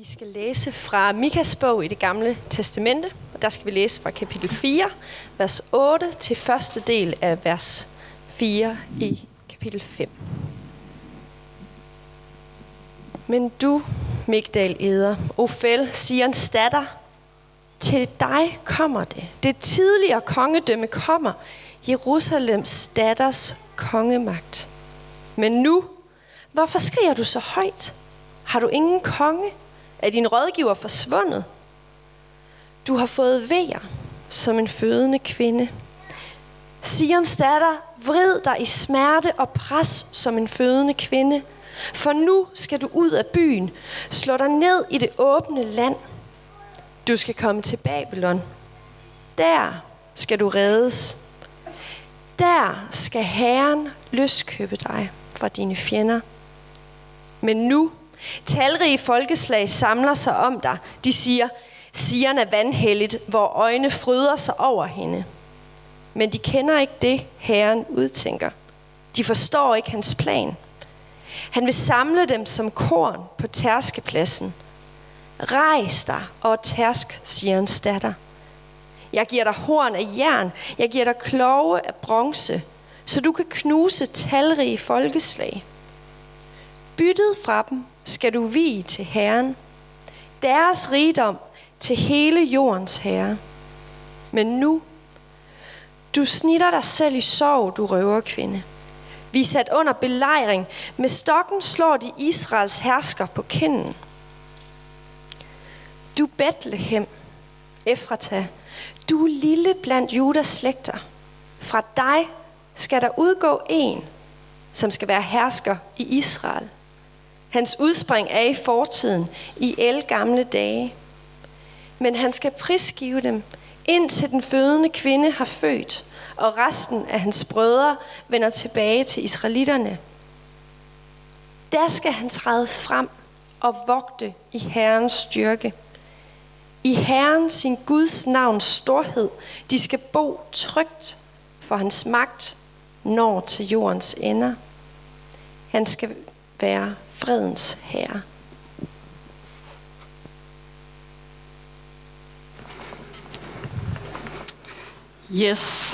Vi skal læse fra Mikas bog i Det Gamle Testamente, og der skal vi læse fra kapitel 4, vers 8 til første del af vers 4 i kapitel 5. Men du, Migdal Eder, Ofel, Sions datter, til dig kommer det. Det tidligere kongedømme kommer, Jerusalems datters kongemagt. Men nu, hvorfor skriger du så højt? Har du ingen konge? Er din rådgiver forsvundet? Du har fået vejer som en fødende kvinde. Sions datter, vrid dig i smerte og pres som en fødende kvinde. For nu skal du ud af byen, slå dig ned i det åbne land. Du skal komme til Babylon. Der skal du reddes. Der skal Herren løskøbe dig fra dine fjender. Men nu, talrige folkeslag samler sig om dig. De siger, Sion er vanhelligt, hvor øjne fryder sig over hende. Men de kender ikke det, Herren udtænker. De forstår ikke hans plan. Han vil samle dem som korn på tærskepladsen. Rejs dig og tærsk, Sions datter. Jeg giver dig horn af jern, jeg giver dig klove af bronze, så du kan knuse talrige folkeslag. Byttet fra dem skal du vie til Herren, deres rigdom til hele jordens herre. Men nu, du snitter dig selv i sorg, du røverkvinde. Vi er sat under belejring, med stokken slår de Israels hersker på kinden. Du Betlehem, Efrata, du er lille blandt Judas slægter. Fra dig skal der udgå en, som skal være hersker i Israel. Hans udspring er i fortiden, i ældgamle dage. Men han skal prisgive dem, indtil den fødende kvinde har født, og resten af hans brødre vender tilbage til israelitterne. Der skal han træde frem og vogte i Herrens styrke. I Herren sin Guds navns storhed, de skal bo trygt, for hans magt når til jordens ender. Han skal være fredens herre. Yes.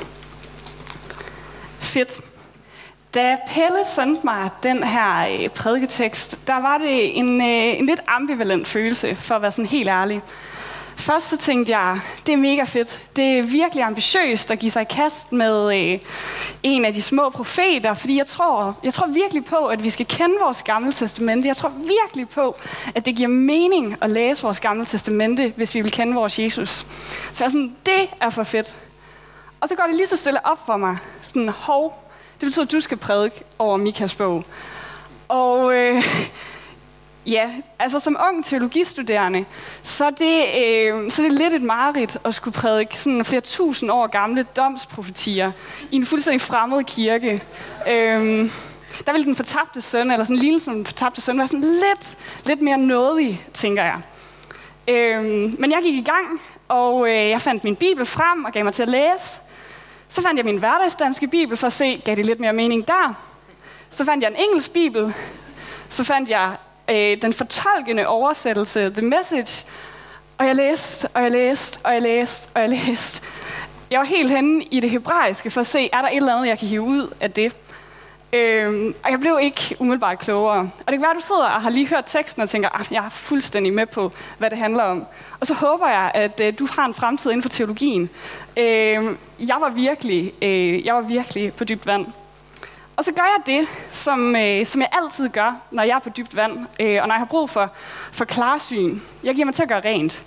Fedt. Da Pelle sendte mig den her prædiketekst, der var det en lidt ambivalent følelse, for at være sådan helt ærlig. Først så tænkte jeg, det er mega fedt. Det er virkelig ambitiøst at give sig i kast med en af de små profeter, fordi jeg tror virkelig på, at vi skal kende vores gamle testamente. Jeg tror virkelig på, at det giver mening at læse vores gamle testamente, hvis vi vil kende vores Jesus. Så jeg er sådan, det er for fedt. Og så går det lige så stille op for mig. Sådan, det betyder, at du skal prædike over Mikas bog. Og ja, altså som ung teologistuderende, så er det lidt et mareridt at skulle prædike sådan flere tusind år gamle domsprofetier i en fuldstændig fremmed kirke. Der vil den fortabte søn, eller sådan lignelsen som den fortabte søn, være sådan lidt mere nådig, tænker jeg. Men jeg gik i gang, og jeg fandt min bibel frem og gav mig til at læse. Så fandt jeg min hverdagsdanske bibel for at se, gav det lidt mere mening der. Så fandt jeg en engelsk bibel. Så fandt jeg den fortolkende oversættelse, The Message. Og jeg læste, og jeg læste, og jeg læste, og jeg læste. Jeg var helt henne i det hebraiske for at se, er der et eller andet, jeg kan hive ud af det. Og jeg blev ikke umiddelbart klogere. Og det kan være, at du sidder og har lige hørt teksten og tænker, at jeg er fuldstændig med på, hvad det handler om. Og så håber jeg, at du har en fremtid inden for teologien. Jeg var virkelig på dybt vand. Og så gør jeg det, som jeg altid gør, når jeg er på dybt vand, og når jeg har brug for klarsyn. Jeg giver mig til at gøre rent.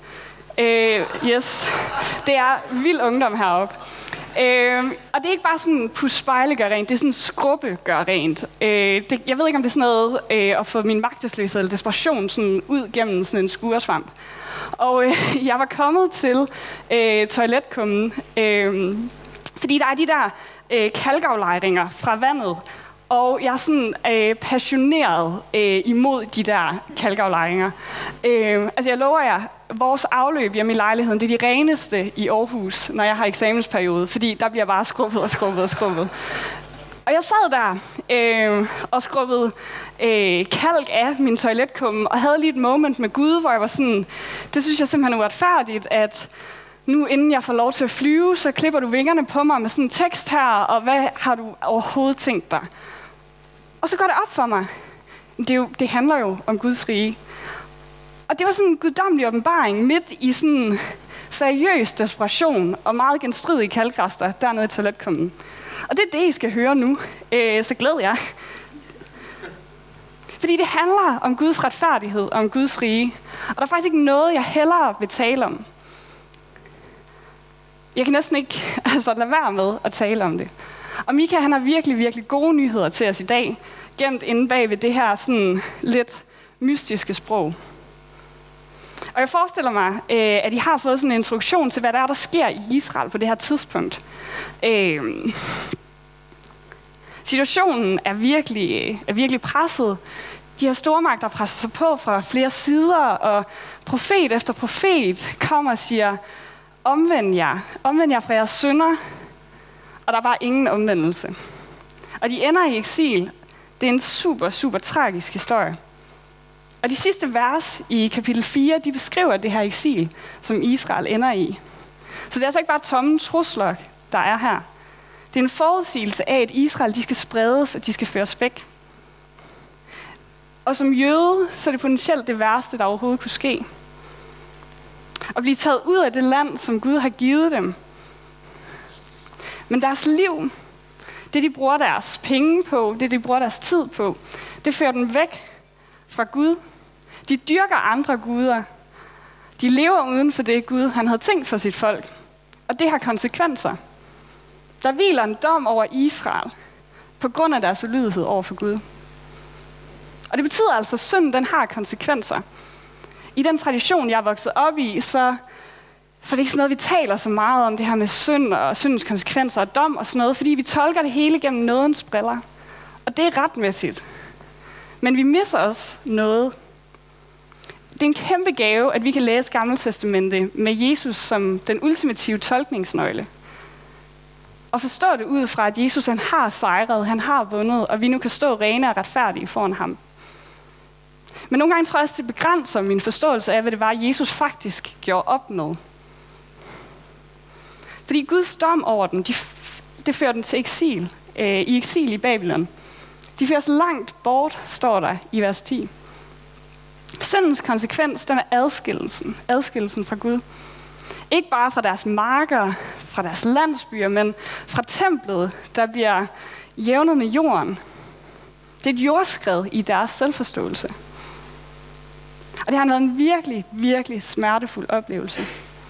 Yes, det er vild ungdom heroppe. Og det er ikke bare sådan, pus spejle gør rent, det er sådan skrubbe gør rent. Jeg ved ikke, om det er sådan noget at få min magtesløshed eller desperation sådan ud gennem sådan en skuresvamp. Og jeg var kommet til toiletkummen, fordi der er de der kalkaflejringer fra vandet, og jeg er sådan passioneret imod de der kalkaflejringer. Altså jeg lover jer, vores afløb hjemme i lejligheden, det er de reneste i Aarhus, når jeg har eksamensperiode, fordi der bliver bare skrubbet. Og jeg sad der og skrubbede kalk af min toiletkumme, og havde lige et moment med Gud, hvor jeg var sådan, det synes jeg simpelthen er uretfærdigt, at nu inden jeg får lov til at flyve, så klipper du vingerne på mig med sådan en tekst her, og hvad har du overhovedet tænkt dig? Og så går det op for mig. Det handler jo om Guds rige. Og det var sådan en guddommelig åbenbaring midt i sådan seriøs desperation og meget genstridige kalkrester dernede i toiletkummen. Og det er det, I skal høre nu. Så glæd jer. Fordi det handler om Guds retfærdighed og om Guds rige. Og der er faktisk ikke noget, jeg hellere vil tale om. Jeg kan næsten ikke lade være med at tale om det. Og Mika, han har virkelig, virkelig gode nyheder til os i dag, gemt inde bag ved det her sådan lidt mystiske sprog. Og jeg forestiller mig, at I har fået sådan en introduktion til, hvad der sker i Israel på det her tidspunkt. Situationen er virkelig presset. De her stormagter presser sig på fra flere sider, og profet efter profet kommer og siger, omvend jer fra jeres synder, og der er bare ingen omvendelse. Og de ender i eksil. Det er en super, super tragisk historie. Og de sidste vers i kapitel 4, de beskriver det her eksil, som Israel ender i. Så det er altså ikke bare tomme trusler, der er her. Det er en forudsigelse af, at Israel de skal spredes, at de skal føres væk. Og som jøde, så er det potentielt det værste, der overhovedet kunne ske. At blive taget ud af det land, som Gud har givet dem. Men deres liv, det de bruger deres penge på, det de bruger deres tid på, det fører dem væk fra Gud. De dyrker andre guder. De lever uden for det Gud, han havde tænkt for sit folk. Og det har konsekvenser. Der hviler en dom over Israel på grund af deres ulydighed over for Gud. Og det betyder altså, at synden den har konsekvenser. I den tradition, jeg er vokset op i, så er det ikke sådan noget, vi taler så meget om det her med synd og syndens konsekvenser og dom og sådan noget, fordi vi tolker det hele gennem nådens briller. Og det er retmæssigt. Men vi misser også noget. Det er en kæmpe gave, at vi kan læse Gamle Testamente med Jesus som den ultimative tolkningsnøgle. Og forstå det ud fra, at Jesus han har sejret, han har vundet, og vi nu kan stå rene og retfærdige foran ham. Men nogle gange tror jeg også, det begrænser min forståelse af, hvad det var, Jesus faktisk gjorde op med. Fordi Guds dom over dem, det fører dem til eksil, i eksil i Babylon. De fører så langt bort, står der i vers 10. Syndens konsekvens, den er adskillelsen fra Gud. Ikke bare fra deres marker, fra deres landsbyer, men fra templet, der bliver jævnet med jorden. Det er et jordskred i deres selvforståelse. Og det har været en virkelig, virkelig smertefuld oplevelse.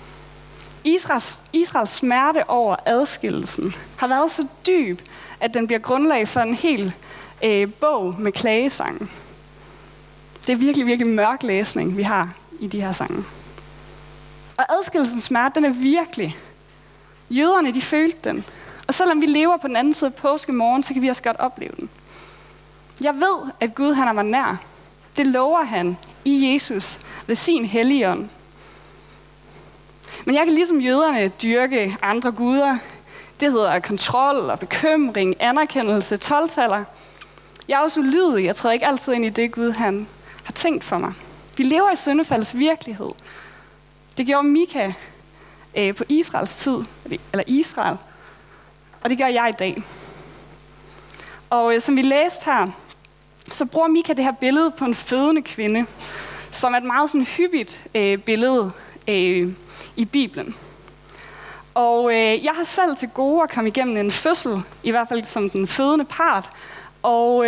Israels smerte over adskillelsen har været så dyb, at den bliver grundlag for en hel bog med klagesange. Det er virkelig, virkelig mørk læsning, vi har i de her sange. Og adskillelsens smerte, den er virkelig. Jøderne, de følte den. Og selvom vi lever på den anden side af påskemorgen, så kan vi også godt opleve den. Jeg ved, at Gud han er mig nær. Det lover han i Jesus ved sin helligånd. Men jeg kan ligesom jøderne dyrke andre guder. Det hedder kontrol og bekymring, anerkendelse, 12-taller. Jeg er også ulydig. Jeg træder ikke altid ind i det Gud han har tænkt for mig. Vi lever i syndefaldets virkelighed. Det gjorde Mika på Israels tid, eller Israel, og det gør jeg i dag. Og som vi læste her, så bruger Mika det her billede på en fødende kvinde, som er et meget sådan hyppigt billede i Bibelen. Og jeg har selv til gode at komme igennem en fødsel, i hvert fald som den fødende part, og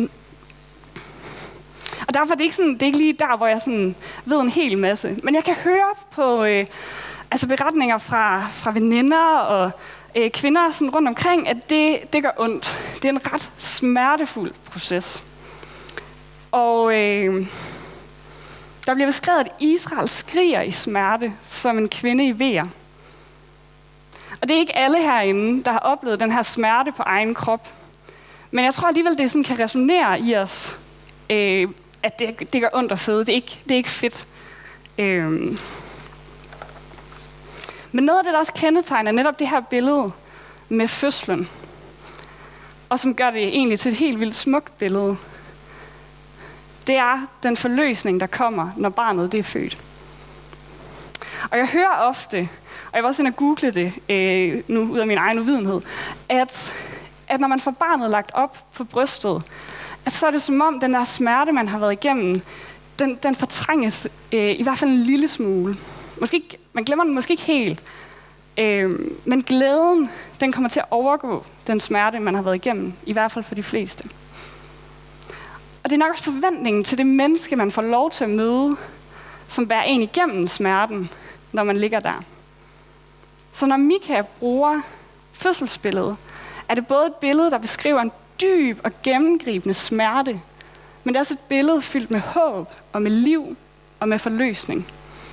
derfor er det ikke lige der, hvor jeg sådan ved en hel masse. Men jeg kan høre på beretninger fra veninder og kvinder sådan rundt omkring, at det gør ondt. Det er en ret smertefuld proces. Og der bliver beskrevet, at Israel skriger i smerte som en kvinde i vejer. Og det er ikke alle herinde, der har oplevet den her smerte på egen krop. Men jeg tror alligevel, det sådan kan resonere i os, at det gør ondt at føde. Det er ikke fedt. Men noget af det, der også kendetegner netop det her billede med fødslen. og som gør det egentlig til et helt vildt smukt billede. Det er den forløsning, der kommer, når barnet det er født. Og jeg hører ofte, og jeg var også inde og google det nu ud af min egen uvidenhed, at når man får barnet lagt op på brystet, at så er det som om den der smerte, man har været igennem, den fortrænges i hvert fald en lille smule. Man glemmer den måske ikke helt, men glæden, den kommer til at overgå den smerte, man har været igennem, i hvert fald for de fleste. Og det er nok også forventningen til det menneske, man får lov til at møde, som bærer en igennem smerten, når man ligger der. Så når Mika bruger fødselsbilledet, er det både et billede, der beskriver en dyb og gennemgribende smerte, men det er også et billede fyldt med håb og med liv og med forløsning.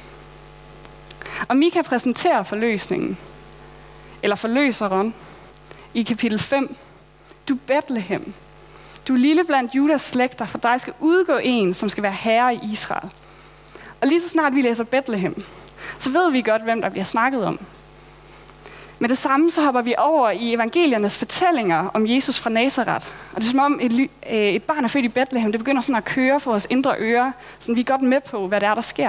Og Mika præsenterer forløsningen, eller forløseren, i kapitel 5. Du Betlehem, du lille blandt Judas slægter, for dig skal udgå en, som skal være herre i Israel. Og lige så snart vi læser Betlehem, så ved vi godt, hvem der bliver snakket om. Med det samme så hopper vi over i evangeliernes fortællinger om Jesus fra Nazaret. Og det er som om et barn er født i Betlehem, det begynder sådan at køre for vores indre ører, så vi er godt med på, hvad det er, der sker.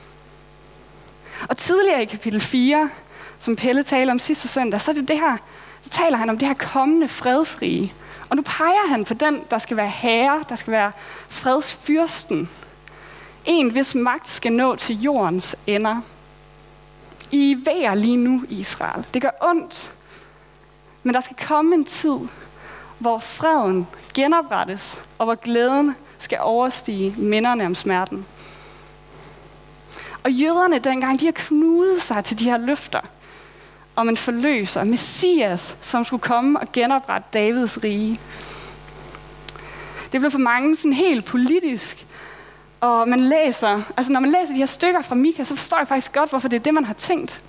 Og tidligere i kapitel 4, som Pelle taler om sidste søndag, så taler han om det her kommende fredsrige. Og nu peger han på den, der skal være herre, der skal være fredsfyrsten. En, hvis magt skal nå til jordens ender. I væger lige nu, Israel. Det gør ondt. Men der skal komme en tid, hvor freden genoprettes, og hvor glæden skal overstige minderne om smerten. Og jøderne dengang, de har knudet sig til de her løfter om en forløser, Messias, som skulle komme og genoprette Davids rige. Det blev for mange sådan helt politisk, og når man læser de her stykker fra Mika, så forstår jeg faktisk godt, hvorfor det er det, man har tænkt.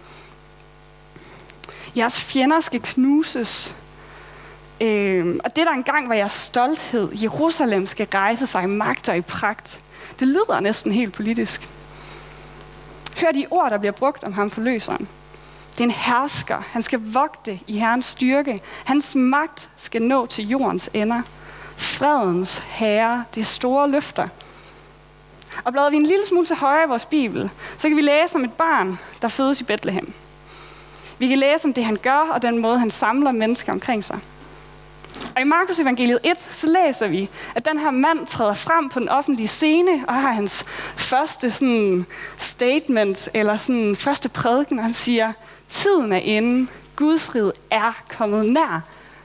Jeres fjender skal knuses. Og det der engang var jeres stolthed, Jerusalem skal rejse sig i magt og i pragt. Det lyder næsten helt politisk. Hør de ord, der bliver brugt om ham forløseren. Det er en hersker. Han skal vogte i Herrens styrke. Hans magt skal nå til jordens ender. Fredens herre, det er store løfter. Og bladrer vi en lille smule til højre i vores Bibel, så kan vi læse om et barn, der fødes i Betlehem. Vi kan læse om det, han gør, og den måde, han samler mennesker omkring sig. Og i Markus evangeliet 1, så læser vi, at den her mand træder frem på den offentlige scene, og har hans første sådan statement, eller sådan første prædiken, og han siger, tiden er inde, Guds rige er kommet nær.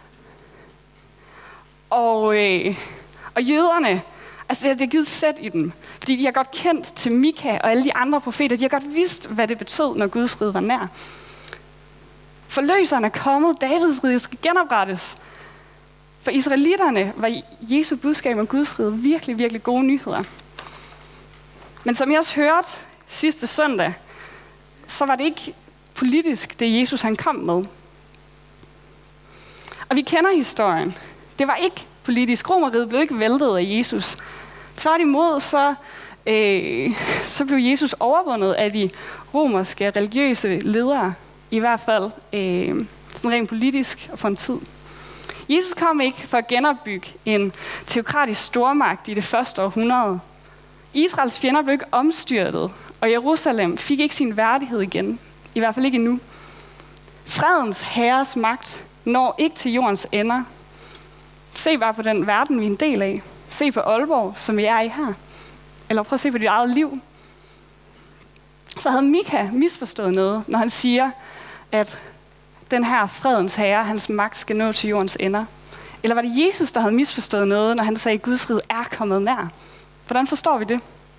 Og jøderne, altså det er givet sæt i dem, fordi de har godt kendt til Mika og alle de andre profeter, de har godt vidst, hvad det betød, når Guds rige var nær. Forløseren er kommet, Davids rige skal genoprettes. For israelitterne var Jesu budskab om Guds rige virkelig, virkelig gode nyheder. Men som jeg også hørte sidste søndag, så var det ikke politisk, det Jesus han kom med. Og vi kender historien. Det var ikke politisk. Romerriget blev ikke væltet af Jesus. Tværtimod så blev Jesus overvundet af de romerske religiøse ledere. I hvert fald sådan rent politisk og for en tid. Jesus kom ikke for at genopbygge en teokratisk stormagt i det første århundrede. Israels fjender blev ikke omstyrtet, og Jerusalem fik ikke sin værdighed igen. I hvert fald ikke endnu. Fredens herres magt når ikke til jordens ender. Se bare på den verden, vi er en del af. Se på Aalborg, som vi er i her. Eller prøv at se på dit eget liv. Så havde Mika misforstået noget, når han siger, at den her fredens herre, hans magt skal nå til jordens ender. Eller var det Jesus, der havde misforstået noget, når han sagde, at Guds rige er kommet nær? Hvordan forstår vi det?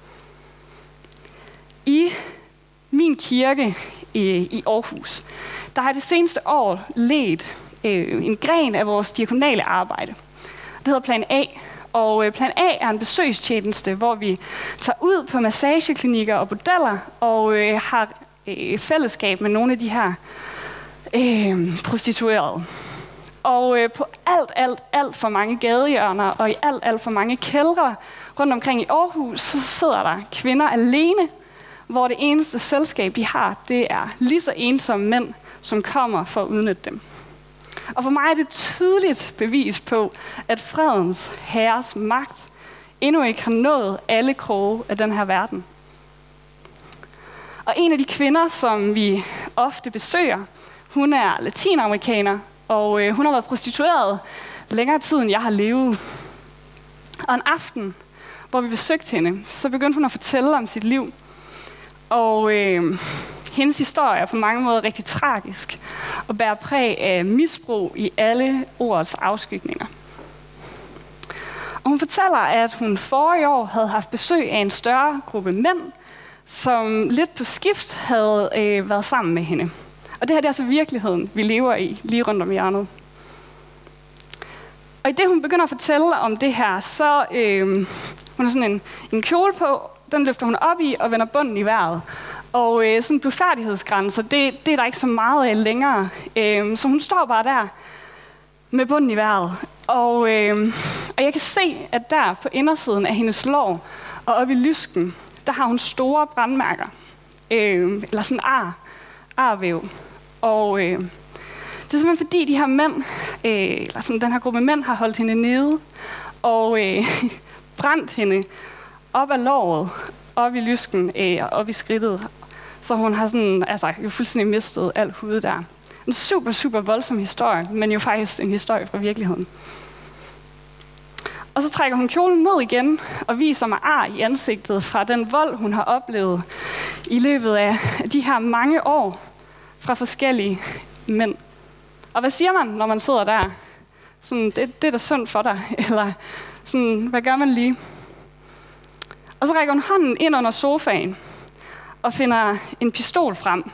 I min kirke i Aarhus, der har det seneste år ledt en gren af vores diakonale arbejde. Det hedder Plan A. Og Plan A er en besøgstjeneste, hvor vi tager ud på massageklinikker og bordeller og har fællesskab med nogle af de her prostituerede. Og på alt for mange gadehjørner og i alt for mange kældre rundt omkring i Aarhus, så sidder der kvinder alene, hvor det eneste selskab, de har, det er lige så ensomme mænd, som kommer for at udnytte dem. Og for mig er det et tydeligt bevis på, at fredens herres magt endnu ikke har nået alle kroge af den her verden. Og en af de kvinder, som vi ofte besøger, hun er latinamerikaner, og hun har været prostitueret længere tid, end jeg har levet. Og en aften, hvor vi besøgte hende, så begyndte hun at fortælle om sit liv. Og hendes historie er på mange måder rigtig tragisk, og bærer præg af misbrug i alle ordets afskygninger. Og hun fortæller, at hun forrige år havde haft besøg af en større gruppe mænd, som lidt på skift havde været sammen med hende. Og det her det er altså virkeligheden, vi lever i, lige rundt om hjørnet. Og i det, hun begynder at fortælle om det her, så hun har sådan en kjole på, den løfter hun op i og vender bunden i vejret. Og sådan blufærdighedsgrænser, det er der ikke så meget af længere. Så hun står bare der med bunden i vejret. Og jeg kan se, at der på indersiden af hendes lår og oppe i lysken, der har hun store brandmærker. Eller sådan arvæv. Og det er simpelthen fordi, de her mænd, eller sådan den her gruppe mænd, har holdt hende nede og brændt hende op ad låret, op i lysken og op i skridtet. Så hun har sådan, jo fuldstændig mistet al hud der. En super, super voldsom historie, men jo faktisk en historie fra virkeligheden. Og så trækker hun kjolen ned igen og viser mig ar i ansigtet fra den vold, hun har oplevet i løbet af de her mange år fra forskellige mænd. Og hvad siger man, når man sidder der? Sådan, det er da synd for dig. Eller sådan, hvad gør man lige? Og så rækker hun hånden ind under sofaen og finder en pistol frem.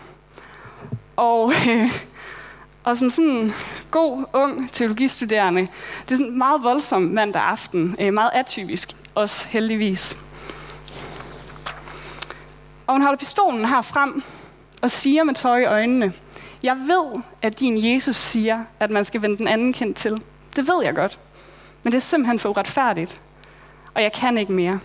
Og som sådan en god, ung teologistuderende, det er sådan meget voldsom mandag aften. Meget atypisk, også heldigvis. Og hun holder pistolen her frem og siger med tårer i øjnene, jeg ved, at din Jesus siger, at man skal vende den anden kind til. Det ved jeg godt. Men det er simpelthen for uretfærdigt. Og jeg kan ikke mere.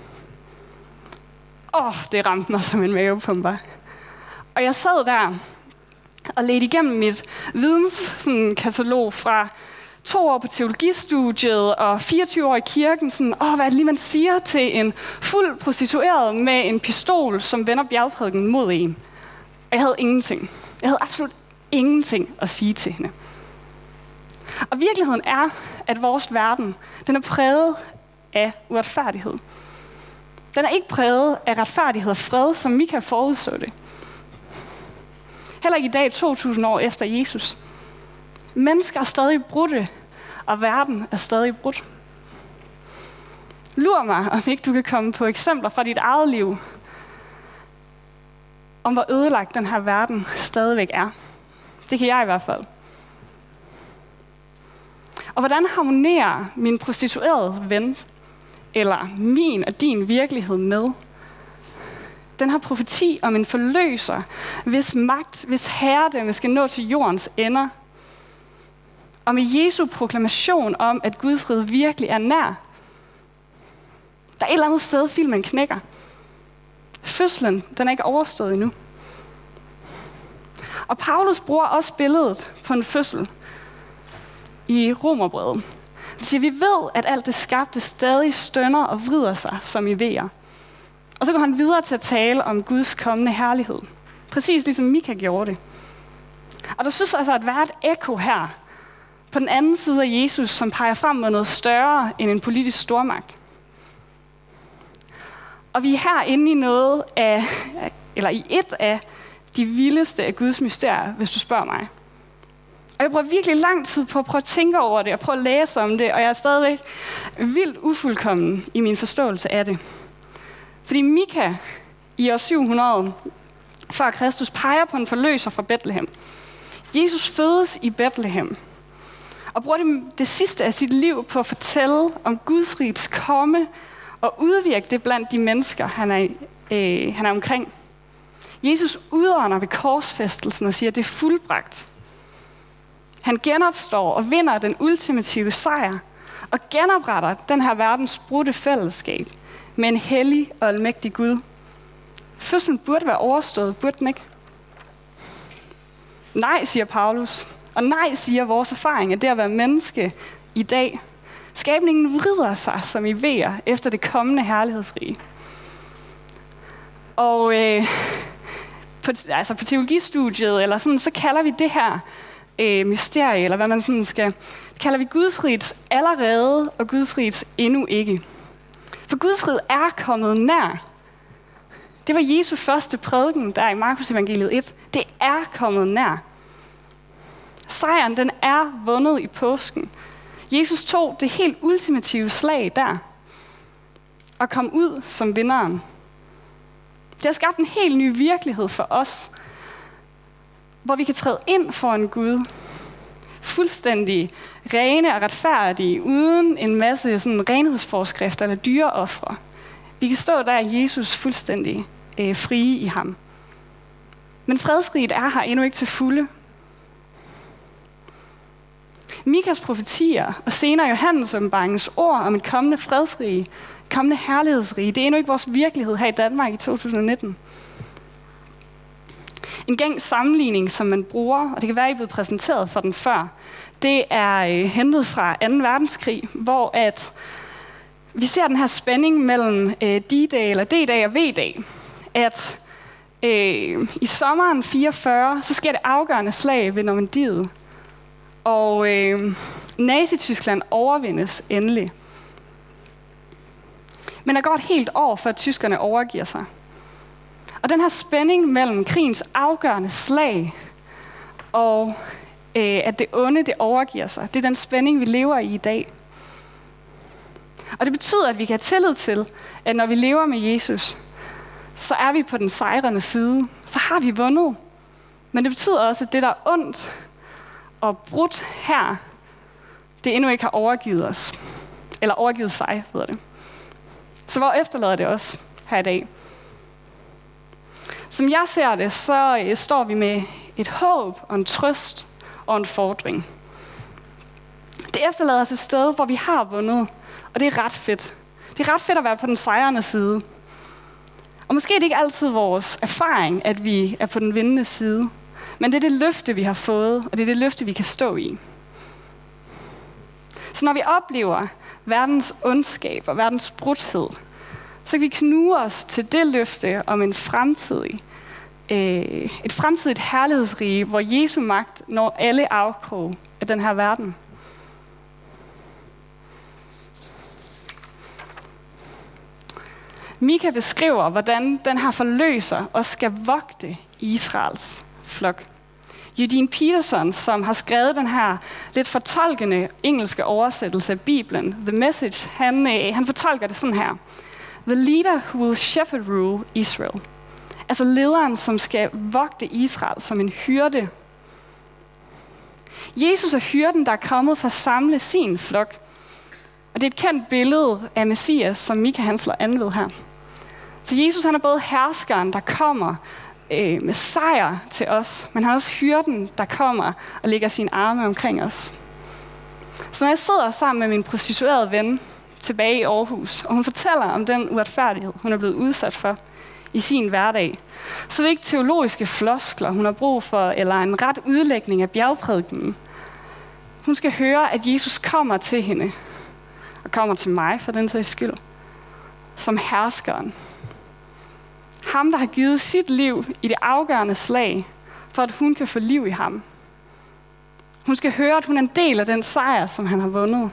Det ramte mig som en mavepumper. Og jeg sad der og ledte igennem mit videnskatalog fra 2 år på teologistudiet og 24 år i kirken. Hvad er det lige, man siger til en fuld prostitueret med en pistol, som vender bjergprædiken mod en? Og jeg havde ingenting. Jeg havde absolut ingenting at sige til hende. Og virkeligheden er, at vores verden, den er præget af uretfærdighed. Den er ikke præget af retfærdighed og fred, som vi kan forudså det. Heller ikke i dag, 2000 år efter Jesus. Mennesker er stadig brudte, og verden er stadig brudt. Lur mig, om ikke du kan komme på eksempler fra dit eget liv, om hvor ødelagt den her verden stadigvæk er. Det kan jeg i hvert fald. Og hvordan harmonerer min prostituerede ven, eller min og din virkelighed med den her profeti om en forløser, hvis magt, hvis herredømme skal nå til jordens ender, og med Jesu proklamation om, at Guds rige virkelig er nær? Der er et eller andet sted, filmen knækker. Fødslen, den er ikke overstået endnu. Og Paulus bruger også billedet på en fødsel i Romerbrevet. Det siger, vi ved, at alt det skabte stadig stønner og vrider sig som i vejer. Og så går han videre til at tale om Guds kommende herlighed. Præcis ligesom Mika gjorde det. Og der synes altså at være et ekko her, på den anden side af Jesus, som peger frem mod noget større end en politisk stormagt. Og vi er her inde i noget af, eller i et af de vildeste af Guds mysterier, hvis du spørger mig. Og jeg bruger virkelig lang tid på at prøve at tænke over det, og prøve at læse om det, og jeg er stadigvæk vildt ufuldkommen i min forståelse af det. Fordi Mika i år 700 før Kristus peger på en forløser fra Bethlehem. Jesus fødes i Bethlehem, og bruger det sidste af sit liv på at fortælle om Guds riges komme, og udvirke det blandt de mennesker, han er omkring. Jesus udånder ved korsfæstelsen og siger, at det er fuldbragt. Han genopstår og vinder den ultimative sejr, og genopretter den her verdens brudte fællesskab med en hellig og almægtig Gud. Fødslen burde være overstået, burde den ikke? Nej, siger Paulus, Og nej, siger vores erfaring, at det at være menneske i dag. Skabningen vrider sig som i vejer efter det kommende herlighedsrige. Og på teologistudiet, eller sådan, så kalder vi det her mysterie, eller hvad man sådan skal, kalder vi Gudsrigets allerede og Gudsrigets endnu ikke. For Gudsriget er kommet nær. Det var Jesu første prædiken der i Markus evangeliet 1. Det er kommet nær. Sejren, den er vundet i påsken. Jesus tog det helt ultimative slag der og kom ud som vinderen. Det har skabt en helt ny virkelighed for os, hvor vi kan træde ind for en Gud, fuldstændig rene og retfærdige, uden en masse sådan renhedsforskrifter eller dyreofre. Vi kan stå der Jesus fuldstændig frie i ham. Men fredsriget er her endnu ikke til fulde. Mikas profetier og senere Johannes åbenbaringens ord om et kommende fredsrige, kommende herlighedsrige, det er endnu ikke vores virkelighed her i Danmark i 2019. En gængs sammenligning, som man bruger, og det kan være, at I er blevet præsenteret for den før, det er hentet fra 2. verdenskrig, hvor at vi ser den her spænding mellem D-dag eller D-dag og V-dag. At i sommeren 44, så sker det afgørende slag ved Normandiet. Og Nazi-Tyskland overvindes endelig. Men der går et helt år, før tyskerne overgiver sig. Og den her spænding mellem krigens afgørende slag og at det onde, det overgiver sig, det er den spænding, vi lever i dag. Og det betyder, at vi kan have tillid til, at når vi lever med Jesus, så er vi på den sejrende side. Så har vi vundet. Men det betyder også, at det, der er ondt og brudt her, det endnu ikke har overgivet os. Eller overgivet sig, hedder det. Så hvor efterlader det os her i dag? Som jeg ser det, så står vi med et håb og en trøst og en fordring. Det efterlader os et sted, hvor vi har vundet, og det er ret fedt. Det er ret fedt at være på den sejrende side. Og måske er det ikke altid vores erfaring, at vi er på den vindende side, men det er det løfte, vi har fået, og det er det løfte, vi kan stå i. Så når vi oplever verdens ondskab og verdens brudhed, så kan vi knue os til det løfte om et fremtidigt herlighedsrige, hvor Jesu magt når alle afkrog af den her verden. Mika beskriver, hvordan den her forløser også skal vogte Israels flok. Eugene Peterson, som har skrevet den her lidt fortolkende engelske oversættelse af Bibelen, The Message, han fortolker det sådan her. The leader who will shepherd rule Israel. Altså lederen, som skal vogte Israel som en hyrde. Jesus er hyrden, der er kommet for at samle sin flok. Og det er et kendt billede af Messias, som Mika han slår an ved her. Så Jesus han er både herskeren, der kommer med sejr til os, men han er også hyrden, der kommer og lægger sine arme omkring os. Så når jeg sidder sammen med min prostituerede ven tilbage i Aarhus, og hun fortæller om den uretfærdighed, hun er blevet udsat for i sin hverdag, så det er ikke teologiske floskler, hun har brug for, eller en ret udlægning af bjergprædikenen. Hun skal høre, at Jesus kommer til hende, og kommer til mig for den sags skyld, som herskeren. Ham, der har givet sit liv i det afgørende slag, for at hun kan få liv i ham. Hun skal høre, at hun er en del af den sejr, som han har vundet.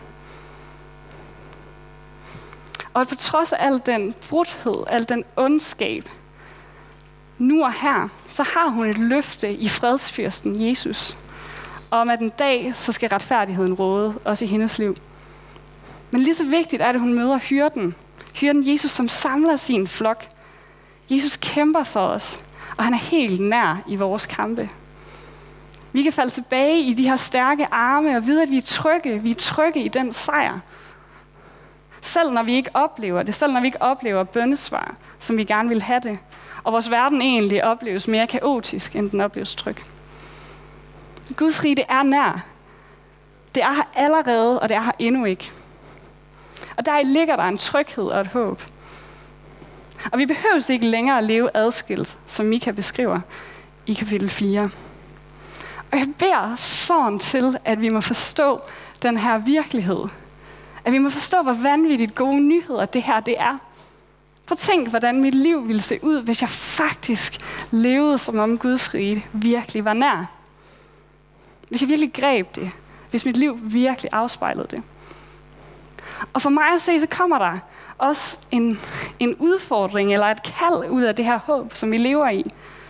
Og at på trods af al den brudhed, al den ondskab, nu og her, så har hun et løfte i fredsfyrsten Jesus, om at en dag, så skal retfærdigheden råde, også i hendes liv. Men lige så vigtigt er det, at hun møder hyrden. Hyrden Jesus, som samler sin flok. Jesus kæmper for os, og han er helt nær i vores kampe. Vi kan falde tilbage i de her stærke arme og vide, at vi er trygge i den sejr. Selv når vi ikke oplever det, selv når vi ikke oplever bønnesvar, som vi gerne vil have det, og vores verden egentlig opleves mere kaotisk, end den opleves tryg. Guds rige, det er nær. Det er her allerede, og det er her endnu ikke. Og deri ligger der en tryghed og et håb. Og vi behøver ikke længere at leve adskilt, som Mika beskriver i kapitel 4. Og jeg beder sådan til, at vi må forstå den her virkelighed. At vi må forstå, hvor vanvittigt gode nyheder det her det er. Prøv at tænk, hvordan mit liv ville se ud, hvis jeg faktisk levede, som om Guds rige virkelig var nær. Hvis jeg virkelig greb det. Hvis mit liv virkelig afspejlede det. Og for mig at se, så kommer der også en udfordring eller et kald ud af det her håb, som vi lever i.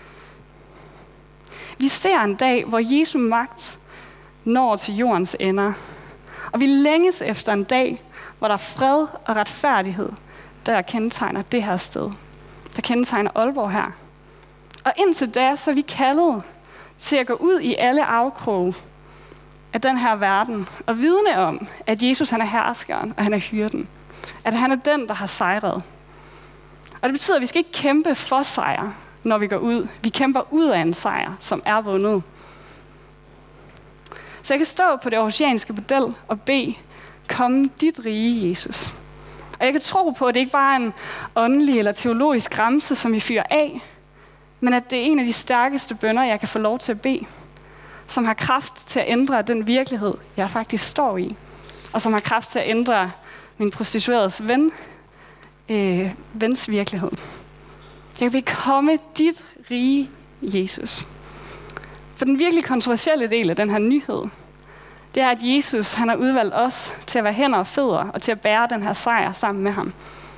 Vi ser en dag, hvor Jesu magt når til jordens ender. Og vi længes efter en dag, hvor der er fred og retfærdighed, der kendetegner det her sted. Der kendetegner Aalborg her. Og indtil da, så er vi kaldet til at gå ud i alle afkroge af den her verden og vidne om, at Jesus han er herskeren, og han er hyrden. At han er den, der har sejret. Og det betyder, at vi skal ikke kæmpe for sejr, når vi går ud. Vi kæmper ud af en sejr, som er vundet. Så jeg kan stå på det aarhusianske model og bede, kom dit rige, Jesus. Og jeg kan tro på, at det ikke bare er en åndelig eller teologisk ramse, som vi fyrer af, men at det er en af de stærkeste bønner, jeg kan få lov til at bede, som har kraft til at ændre den virkelighed, jeg faktisk står i, og som har kraft til at ændre min prostitueredes vens virkelighed. Jeg vil komme dit rige, Jesus. For den virkelig kontroversielle del af den her nyhed, det er, at Jesus han har udvalgt os til at være hænder og fødder, og til at bære den her sejr sammen med ham.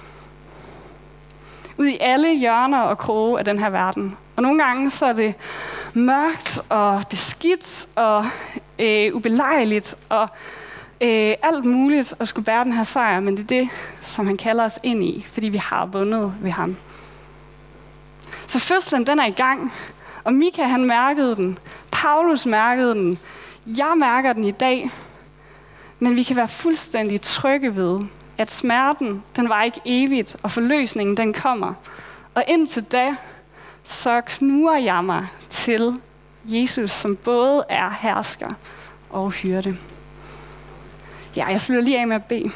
Ud i alle hjørner og kroge af den her verden. Og nogle gange så er det mørkt og beskidt og ubelejligt og alt muligt at skulle bære den her sejr, men det er det, som han kalder os ind i, fordi vi har vundet ved ham. Så fødslen den er i gang, og Mika han mærkede den, Paulus mærkede den, jeg mærker den i dag, men vi kan være fuldstændig trygge ved, at smerten, den var ikke evigt, og forløsningen, den kommer. Og indtil da, så knuger jeg mig til Jesus, som både er hersker og hyrde. Ja, jeg slutter lige af med at bede.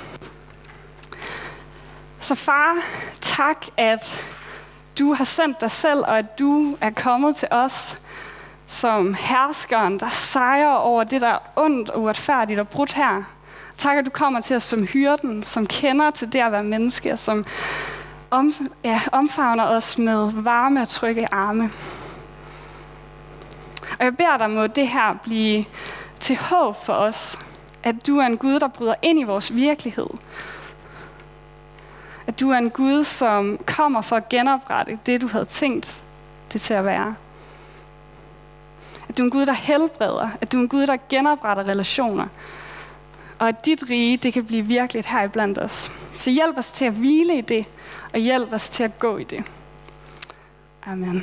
Så far, tak, at du har sendt dig selv, og at du er kommet til os som herskeren, der sejrer over det, der er ondt og uretfærdigt og brudt her. Tak, at du kommer til os som hyrden, som kender til det at være menneske, som omfavner os med varme og trygge arme. Og jeg beder dig, må det her blive til håb for os, at du er en Gud, der bryder ind i vores virkelighed. At du er en Gud, som kommer for at genoprette det, du havde tænkt det til at være. At du er en Gud, der helbreder. At du er en Gud, der genopretter relationer. Og at dit rige, det kan blive virkeligt her iblandt os. Så hjælp os til at hvile i det, og hjælp os til at gå i det. Amen.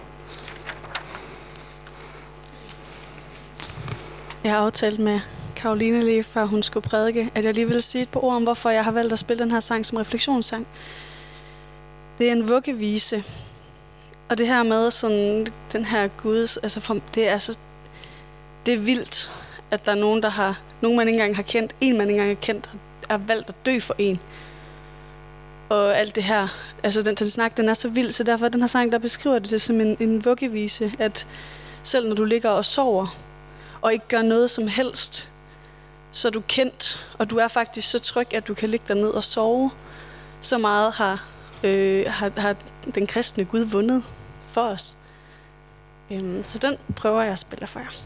Jeg har aftalt med Karoline lige før hun skulle prædike, at jeg lige ville sige et par ord om, hvorfor jeg har valgt at spille den her sang som refleksionssang. Det er en vuggevise. Og det her med sådan, den her Guds, altså det er vildt, at der er nogen, nogen man ikke engang har kendt, en man ikke engang har kendt, er valgt at dø for en. Og alt det her, altså den snak, den er så vild, så derfor den her sang, der beskriver det som en vuggevise, at selv når du ligger og sover, og ikke gør noget som helst, så er du kendt, og du er faktisk så tryg, at du kan ligge derned og sove. Så meget har den kristne Gud vundet for os. Så den prøver jeg at spille for jer.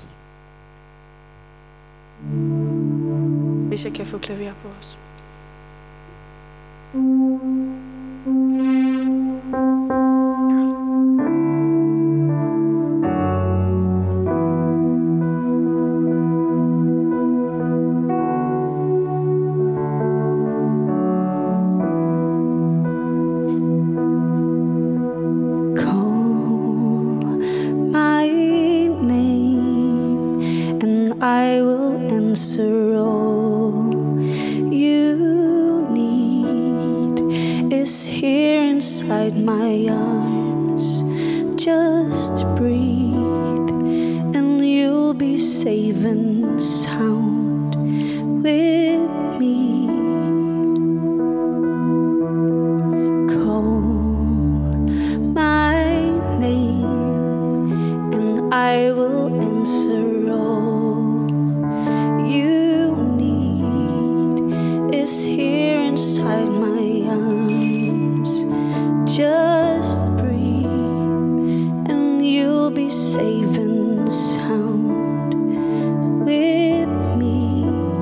Hvis jeg kan få klaver på os. My arms, just breathe and you'll be safe and sound with me. Call my name and I will answer be safe and sound with me.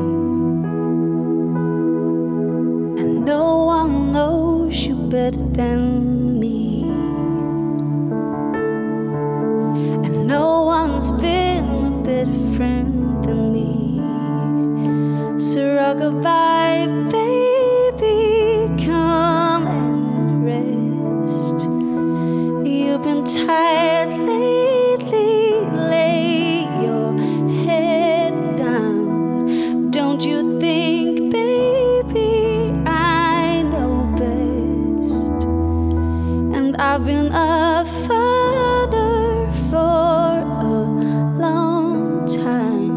And no one knows you better than me. And no one's been a better friend than me. So rock-a-bye, baby, come and rest. You've been tired lately, lay your head down. Don't you think, baby, I know best. And I've been a father for a long time.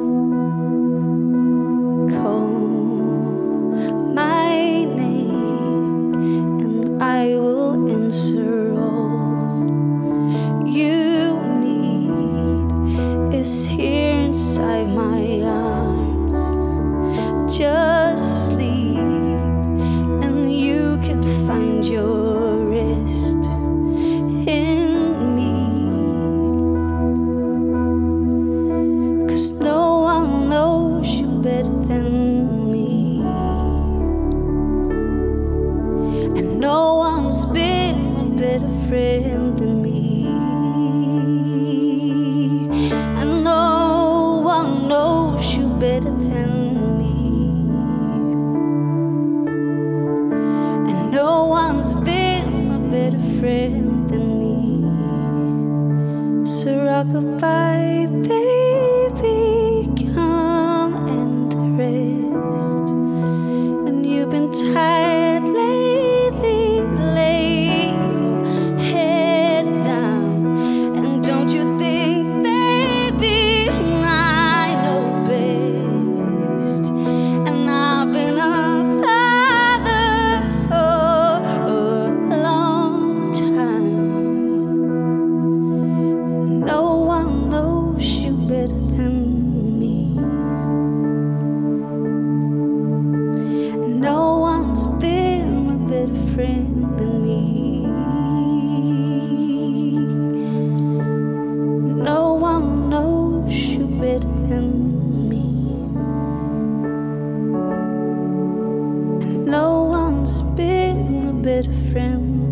Call my name and I will answer. All you need is here inside my arms. Just sleep and you can find your rest in me. 'Cause no one knows you better than me. And no one's been a better friend than me. And no one knows you better than me. And no one's been a better friend than me. So rock-a-bye, baby, come and rest. And you've been tired lately, lay your head down. And don't you think, baby, I know best. And I've been a father for a long time. And no one knows you better than me. No one's been a better friend than me. No one knows you better than me. And no one's been a better friend